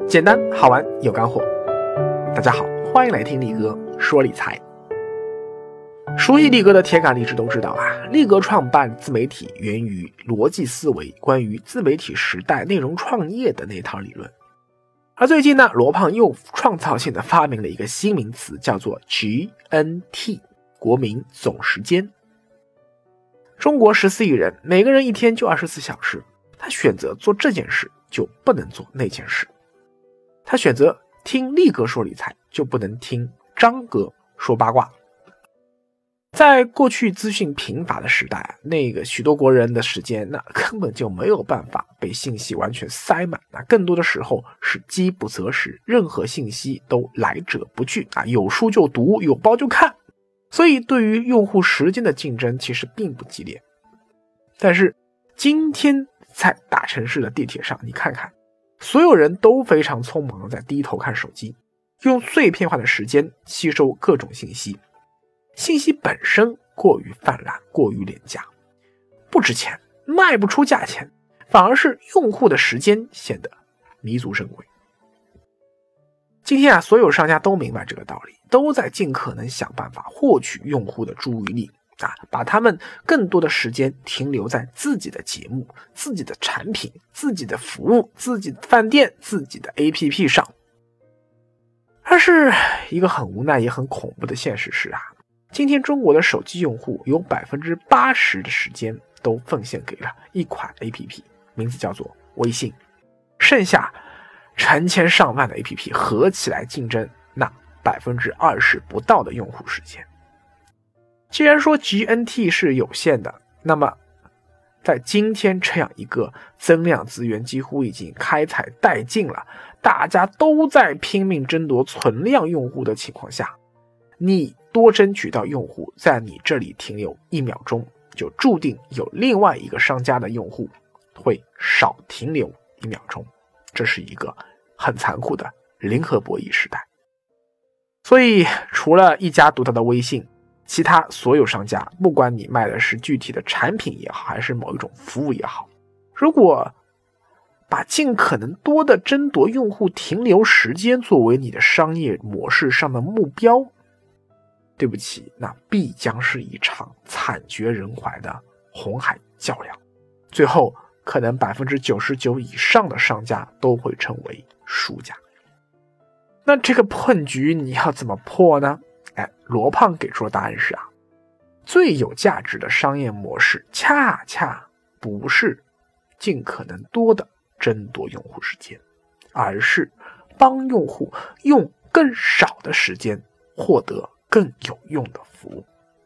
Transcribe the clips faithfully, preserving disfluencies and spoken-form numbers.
简单好玩有干货。大家好，欢迎来听力哥说理财。熟悉力哥的铁杆励志都知道啊，力哥创办自媒体源于逻辑思维关于自媒体时代内容创业的那套理论。而最近呢，罗胖又创造性的发明了一个新名词，叫做 G N T， 国民总时间。中国十四亿人，每个人一天就二十四小时，他选择做这件事就不能做那件事，他选择听力哥说理财就不能听张哥说八卦。在过去资讯贫乏的时代，那个许多国人的时间那根本就没有办法被信息完全塞满，那更多的时候是饥不择食，任何信息都来者不拒啊，有书就读，有报就看，所以对于用户时间的竞争其实并不激烈。但是今天在大城市的地铁上，你看看，所有人都非常匆忙地在低头看手机，用碎片化的时间吸收各种信息。信息本身过于泛滥，过于廉价，不值钱，卖不出价钱，反而是用户的时间显得弥足珍贵。今天啊，所有商家都明白这个道理，都在尽可能想办法获取用户的注意力啊，把他们更多的时间停留在自己的节目、自己的产品、自己的服务、自己的饭店、自己的 A P P 上。但是一个很无奈也很恐怖的现实是啊，今天中国的手机用户有 百分之八十 的时间都奉献给了一款 A P P， 名字叫做微信，剩下成千上万的 A P P 合起来竞争那 百分之二十 不到的用户时间。既然说 G N T 是有限的，那么在今天这样一个增量资源几乎已经开采殆尽了，大家都在拼命争夺存量用户的情况下，你多争取到用户在你这里停留一秒钟，就注定有另外一个商家的用户会少停留一秒钟。这是一个很残酷的零和博弈时代。所以除了一家独大的微信，其他所有商家，不管你卖的是具体的产品也好，还是某一种服务也好，如果把尽可能多的争夺用户停留时间作为你的商业模式上的目标，对不起，那必将是一场惨绝人寰的红海较量，最后可能 百分之九十九 以上的商家都会成为输家。那这个困局你要怎么破呢？哎，罗胖给出的答案是啊，最有价值的商业模式恰恰不是尽可能多的争夺用户时间，而是帮用户用更少的时间获得更有用的服务。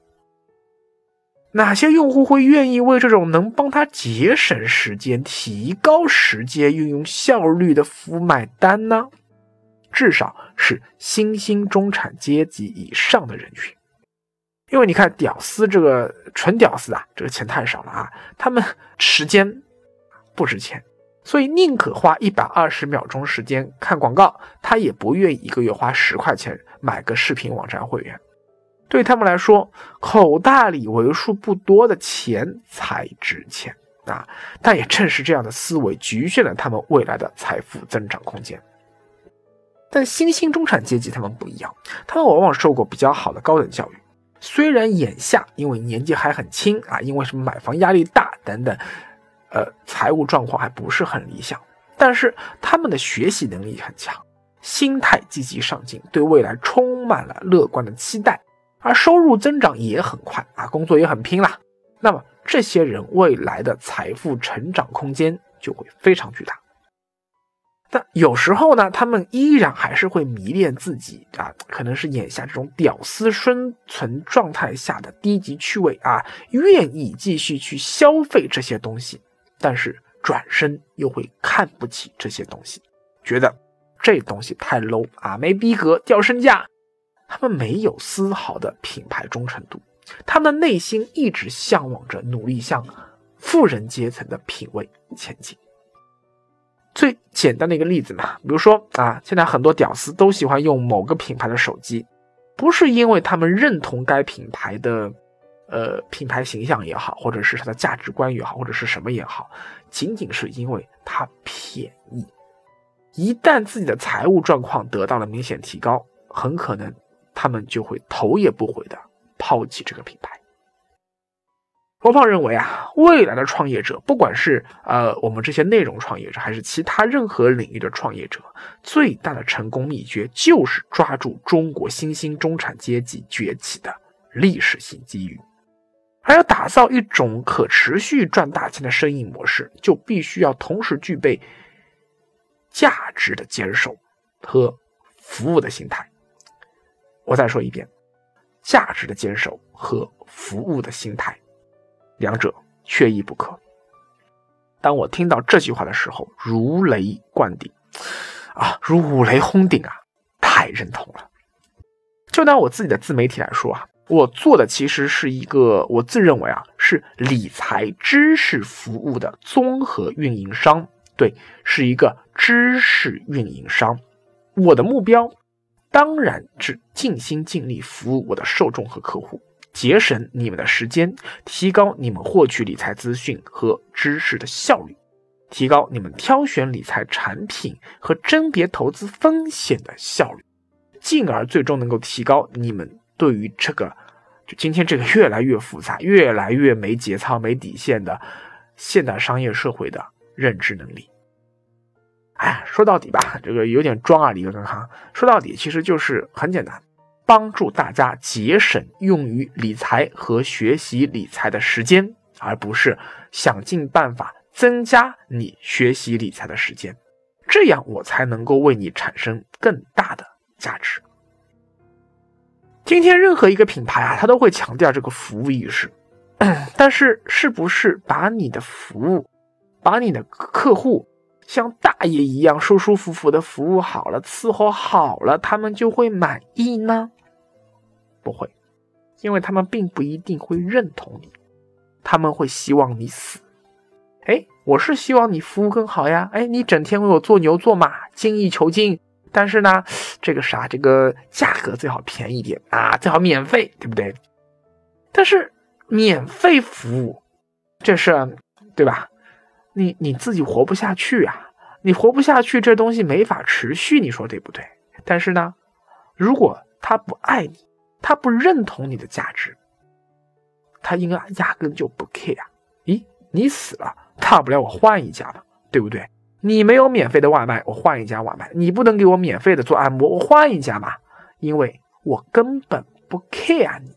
哪些用户会愿意为这种能帮他节省时间、提高时间、运用效率的服务买单呢？至少是新兴中产阶级以上的人群。因为你看屌丝这个纯屌丝啊，这个钱太少了啊，他们时间不值钱，所以宁可花一百二十秒钟时间看广告，他也不愿意一个月花十块钱买个视频网站会员。对他们来说，口袋里为数不多的钱才值钱啊！但也正是这样的思维局限了他们未来的财富增长空间。但新兴中产阶级他们不一样，他们往往受过比较好的高等教育，虽然眼下因为年纪还很轻啊，因为什么买房压力大等等，呃，财务状况还不是很理想，但是他们的学习能力很强，心态积极上进，对未来充满了乐观的期待，而收入增长也很快啊，工作也很拼啦。那么这些人未来的财富成长空间就会非常巨大。但有时候呢，他们依然还是会迷恋自己啊，可能是眼下这种屌丝生存状态下的低级趣味啊，愿意继续去消费这些东西，但是转身又会看不起这些东西，觉得这东西太 low 啊，没逼格，掉身价。他们没有丝毫的品牌忠诚度，他们的内心一直向往着努力向富人阶层的品味前进。最简单的一个例子嘛，比如说啊，现在很多屌丝都喜欢用某个品牌的手机，不是因为他们认同该品牌的呃品牌形象也好，或者是它的价值观也好，或者是什么也好，仅仅是因为它便宜。 一旦自己的财务状况得到了明显提高，很可能他们就会头也不回的抛弃这个品牌。罗胖认为啊，未来的创业者，不管是呃我们这些内容创业者，还是其他任何领域的创业者，最大的成功秘诀就是抓住中国新兴中产阶级崛起的历史性机遇。而要打造一种可持续赚大钱的生意模式，就必须要同时具备价值的坚守和服务的心态。我再说一遍，价值的坚守和服务的心态，两者缺一不可。当我听到这句话的时候，如雷贯顶啊，如五雷轰顶啊，太认同了。就拿我自己的自媒体来说啊，我做的其实是一个我自认为啊是理财知识服务的综合运营商，对，是一个知识运营商。我的目标当然是尽心尽力服务我的受众和客户，节省你们的时间，提高你们获取理财资讯和知识的效率，提高你们挑选理财产品和甄别投资风险的效率，进而最终能够提高你们对于这个就今天这个越来越复杂、越来越没节操、没底线的现代商业社会的认知能力。哎，说到底吧，这个有点装啊，李哥刚刚说到底其实就是很简单，帮助大家节省用于理财和学习理财的时间，而不是想尽办法增加你学习理财的时间，这样我才能够为你产生更大的价值。今天任何一个品牌啊，它都会强调这个服务意识，但是是不是把你的服务，把你的客户像大爷一样舒舒服服的服务好了，伺候好了，他们就会满意呢？不会，因为他们并不一定会认同你，他们会希望你死。哎，我是希望你服务更好呀，哎，你整天为我做牛做马，精益求精，但是呢，这个啥，这个价格最好便宜点啊，最好免费，对不对？但是免费服务，这是对吧？你你自己活不下去啊，你活不下去，这东西没法持续，你说对不对？但是呢，如果他不爱你，他不认同你的价值，他应该压根就不 care。咦，你死了，大不了我换一家嘛，对不对？你没有免费的外卖，我换一家外卖；你不能给我免费的做按摩，我换一家嘛，因为我根本不 care 你。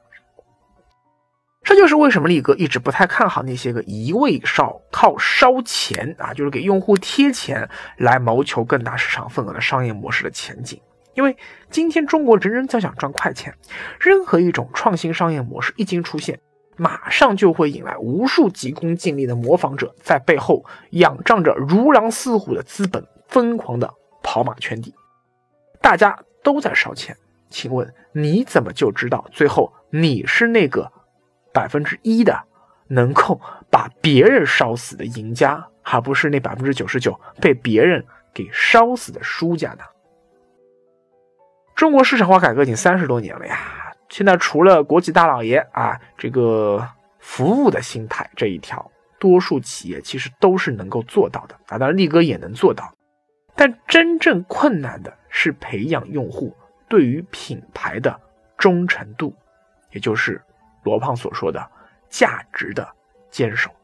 这就是为什么力哥一直不太看好那些个一味烧靠烧钱啊，就是给用户贴钱来谋求更大市场份额的商业模式的前景。因为今天中国人人都想赚快钱，任何一种创新商业模式一经出现，马上就会引来无数急功近利的模仿者，在背后仰仗着如狼似虎的资本，疯狂的跑马圈地。大家都在烧钱，请问你怎么就知道最后你是那个百分之一的能够把别人烧死的赢家，而不是那百分之九十九被别人给烧死的输家呢？中国市场化改革已经三十多年了呀，现在除了国际大老爷啊，这个服务的心态这一条，多数企业其实都是能够做到的啊，当然力哥也能做到。但真正困难的是培养用户对于品牌的忠诚度，也就是罗胖所说的价值的坚守。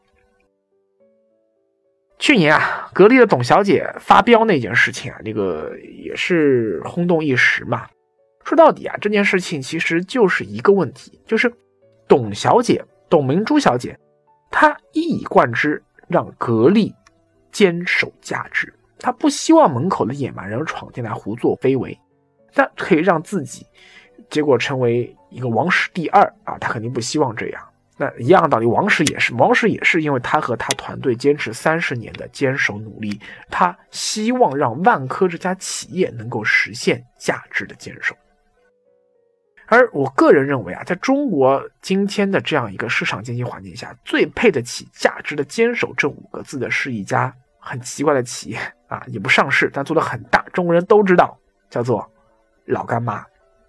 去年啊，格力的董小姐发飙那件事情啊，这个也是轰动一时嘛。说到底啊，这件事情其实就是一个问题，就是董小姐、董明珠小姐，她一以贯之让格力坚守价值，她不希望门口的野蛮人闯进来胡作非为，但可以让自己结果成为一个王室第二啊，她肯定不希望这样。那一样的道理，王石也是，王石也是因为他和他团队坚持三十年的坚守努力，他希望让万科这家企业能够实现价值的坚守。而我个人认为啊，在中国今天的这样一个市场经济环境下，最配得起价值的坚守这五个字的是一家很奇怪的企业啊，也不上市，但做得很大，中国人都知道，叫做老干妈。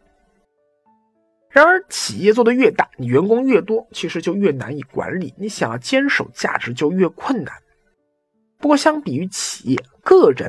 然而企业做得越大，你员工越多，其实就越难以管理，你想要坚守价值就越困难。不过相比于企业，个人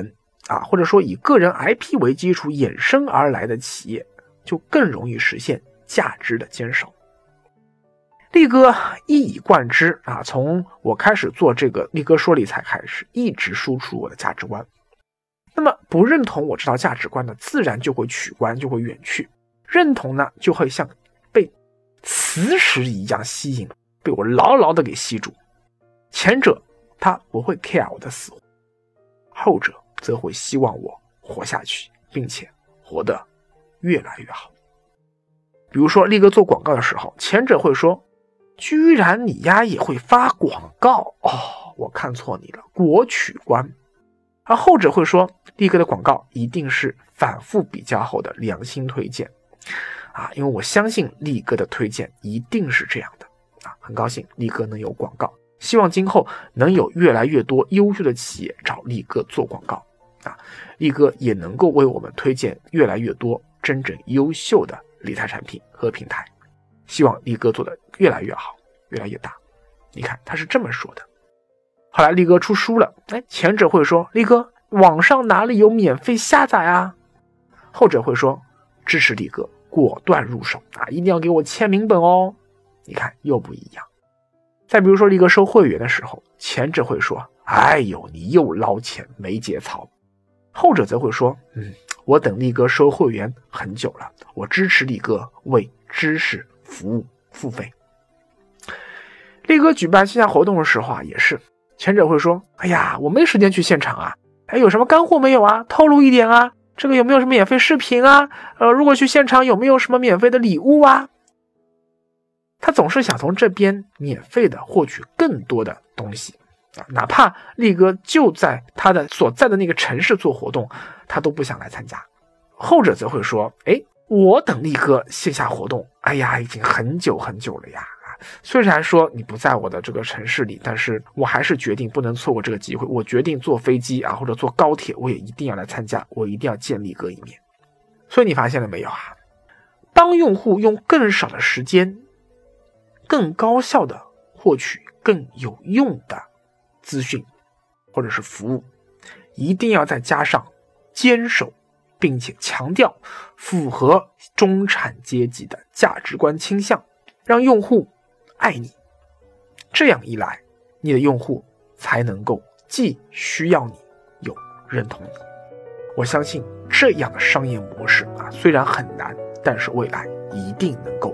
啊，或者说以个人 I P 为基础衍生而来的企业，就更容易实现价值的坚守。力哥一以贯之啊，从我开始做这个力哥说理财开始，一直输出我的价值观。那么不认同我这套价值观呢，自然就会取关，就会远去；认同呢，就会像被磁石一样吸引，被我牢牢的给吸住。前者他不会 care 我的死活，后者则会希望我活下去，并且活得越来越好。比如说力哥做广告的时候，前者会说，居然你丫也会发广告哦，我看错你了，国取关。而后者会说，力哥的广告一定是反复比较后的良心推荐啊，因为我相信力哥的推荐一定是这样的啊，很高兴力哥能有广告，希望今后能有越来越多优秀的企业找力哥做广告啊，力哥也能够为我们推荐越来越多真正优秀的理财产品和平台，希望力哥做的越来越好，越来越大。你看他是这么说的。后来力哥出书了，哎，前者会说，力哥网上哪里有免费下载啊？后者会说，支持力哥果断入手啊，一定要给我签名本哦。你看又不一样。再比如说力哥收会员的时候，前者会说，哎呦你又捞钱没节操。后者则会说，嗯，我等力哥收会员很久了，我支持力哥为知识服务付费。力哥举办线下活动的时候啊，也是前者会说，哎呀我没时间去现场啊，哎有什么干货没有啊，透露一点啊，这个有没有什么免费视频啊，呃如果去现场有没有什么免费的礼物啊。他总是想从这边免费的获取更多的东西啊，哪怕力哥就在他的所在的那个城市做活动，他都不想来参加。后者则会说，哎，我等力哥线下活动，哎呀已经很久很久了呀，虽然说你不在我的这个城市里，但是我还是决定不能错过这个机会，我决定坐飞机啊或者坐高铁，我也一定要来参加，我一定要见力哥一面。所以你发现了没有啊，帮用户用更少的时间更高效的获取更有用的资讯或者是服务，一定要再加上坚守并且强调符合中产阶级的价值观倾向，让用户爱你。这样一来，你的用户才能够既需要你又认同你。我相信这样的商业模式啊，虽然很难，但是未来一定能够